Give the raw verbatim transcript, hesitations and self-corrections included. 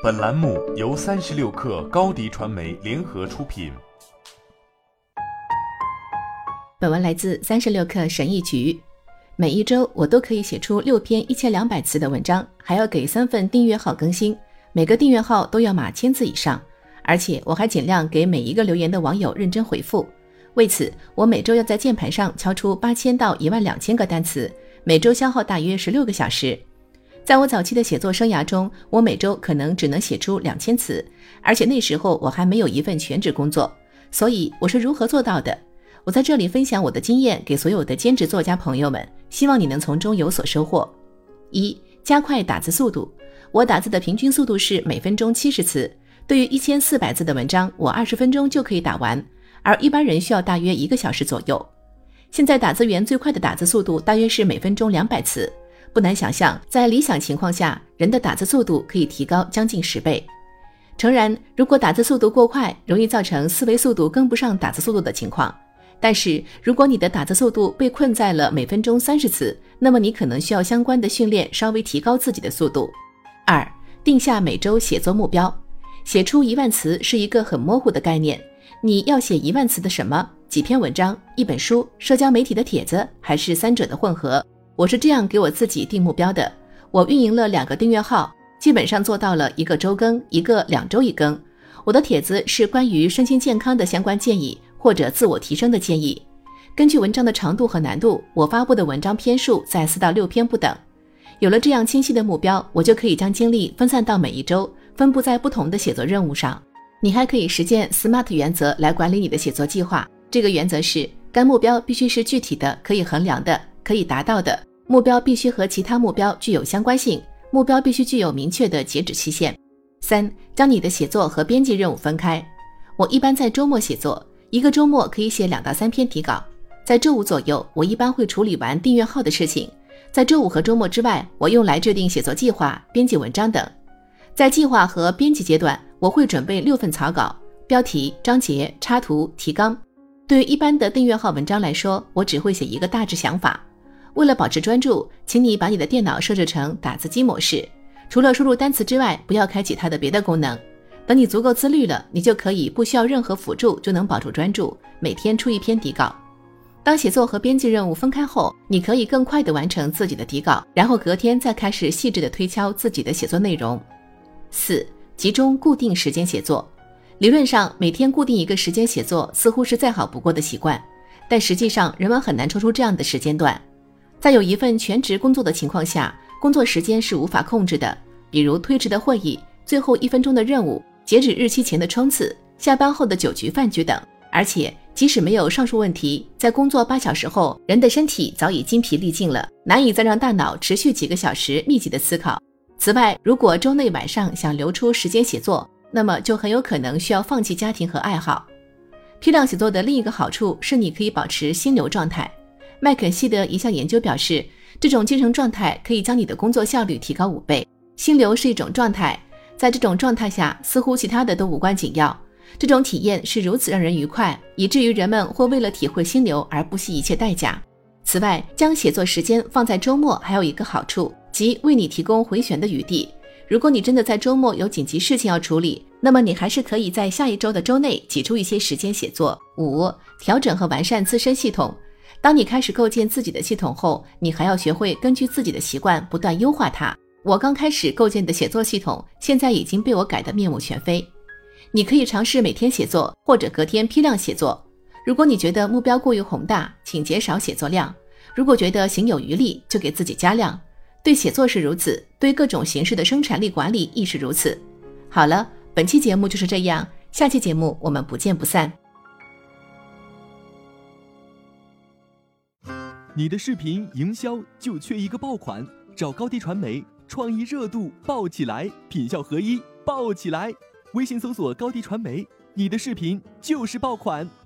本栏目由三十六氪高低传媒联合出品。 本文来自三十六氪神译局。每一周我都可以写出六篇一千两百词的文章，还要给三份订阅号更新，每个订阅号都要码千字以上，而且我还尽量给每一个留言的网友认真回复。为此，我每周要在键盘上敲出八千到一万两千个单词，每周消耗大约十六个小时。在我早期的写作生涯中，我每周可能只能写出两千词，而且那时候我还没有一份全职工作。所以我是如何做到的？我在这里分享我的经验给所有的兼职作家朋友们，希望你能从中有所收获。一、加快打字速度。我打字的平均速度是每分钟七十词，对于一千四百字的文章，我二十分钟就可以打完，而一般人需要大约一个小时左右。现在打字员最快的打字速度大约是每分钟两百词，不难想象，在理想情况下，人的打字速度可以提高将近十倍。诚然，如果打字速度过快，容易造成思维速度跟不上打字速度的情况。但是如果你的打字速度被困在了每分钟三十词，那么你可能需要相关的训练，稍微提高自己的速度。二、定下每周写作目标。写出一万词是一个很模糊的概念，你要写一万词的什么？几篇文章？一本书？社交媒体的帖子？还是三者的混合？我是这样给我自己定目标的。我运营了两个订阅号，基本上做到了一个周更，一个两周一更。我的帖子是关于身心健康的相关建议，或者自我提升的建议。根据文章的长度和难度，我发布的文章篇数在四到六篇不等。有了这样清晰的目标，我就可以将精力分散到每一周，分布在不同的写作任务上。你还可以实践 S M A R T 原则来管理你的写作计划。这个原则是，该目标必须是具体的、可以衡量的、可以达到的，目标必须和其他目标具有相关性，目标必须具有明确的截止期限。三、将你的写作和编辑任务分开。我一般在周末写作，一个周末可以写两到三篇底稿。在周五左右，我一般会处理完订阅号的事情。在周五和周末之外，我用来制定写作计划、编辑文章等。在计划和编辑阶段，我会准备六份草稿，标题、章节、插图、提纲。对于一般的订阅号文章来说，我只会写一个大致想法。为了保持专注，请你把你的电脑设置成打字机模式，除了输入单词之外，不要开启它的别的功能。等你足够自律了，你就可以不需要任何辅助就能保住专注，每天出一篇底稿。当写作和编辑任务分开后，你可以更快地完成自己的底稿，然后隔天再开始细致地推敲自己的写作内容。四、集中固定时间写作。理论上，每天固定一个时间写作似乎是再好不过的习惯，但实际上人们很难抽出这样的时间段。在有一份全职工作的情况下，工作时间是无法控制的，比如推迟的会议、最后一分钟的任务、截止日期前的冲刺、下班后的酒局饭局等。而且即使没有上述问题，在工作八小时后，人的身体早已精疲力尽了，难以再让大脑持续几个小时密集的思考。此外，如果周内晚上想留出时间写作，那么就很有可能需要放弃家庭和爱好。批量写作的另一个好处是你可以保持心流状态。麦肯锡的一项研究表示，这种精神状态可以将你的工作效率提高五倍。心流是一种状态，在这种状态下，似乎其他的都无关紧要。这种体验是如此让人愉快，以至于人们会为了体会心流而不惜一切代价。此外，将写作时间放在周末还有一个好处，即为你提供回旋的余地。如果你真的在周末有紧急事情要处理，那么你还是可以在下一周的周内挤出一些时间写作。五、调整和完善自身系统。当你开始构建自己的系统后，你还要学会根据自己的习惯不断优化它。我刚开始构建的写作系统，现在已经被我改得面目全非。你可以尝试每天写作，或者隔天批量写作。如果你觉得目标过于宏大，请减少写作量；如果觉得行有余力，就给自己加量。对写作是如此，对各种形式的生产力管理亦是如此。好了，本期节目就是这样，下期节目我们不见不散。 你的视频营销就缺一个爆款，找高低传媒，创意热度爆起来，品效合一爆起来。微信搜索高低传媒，你的视频就是爆款。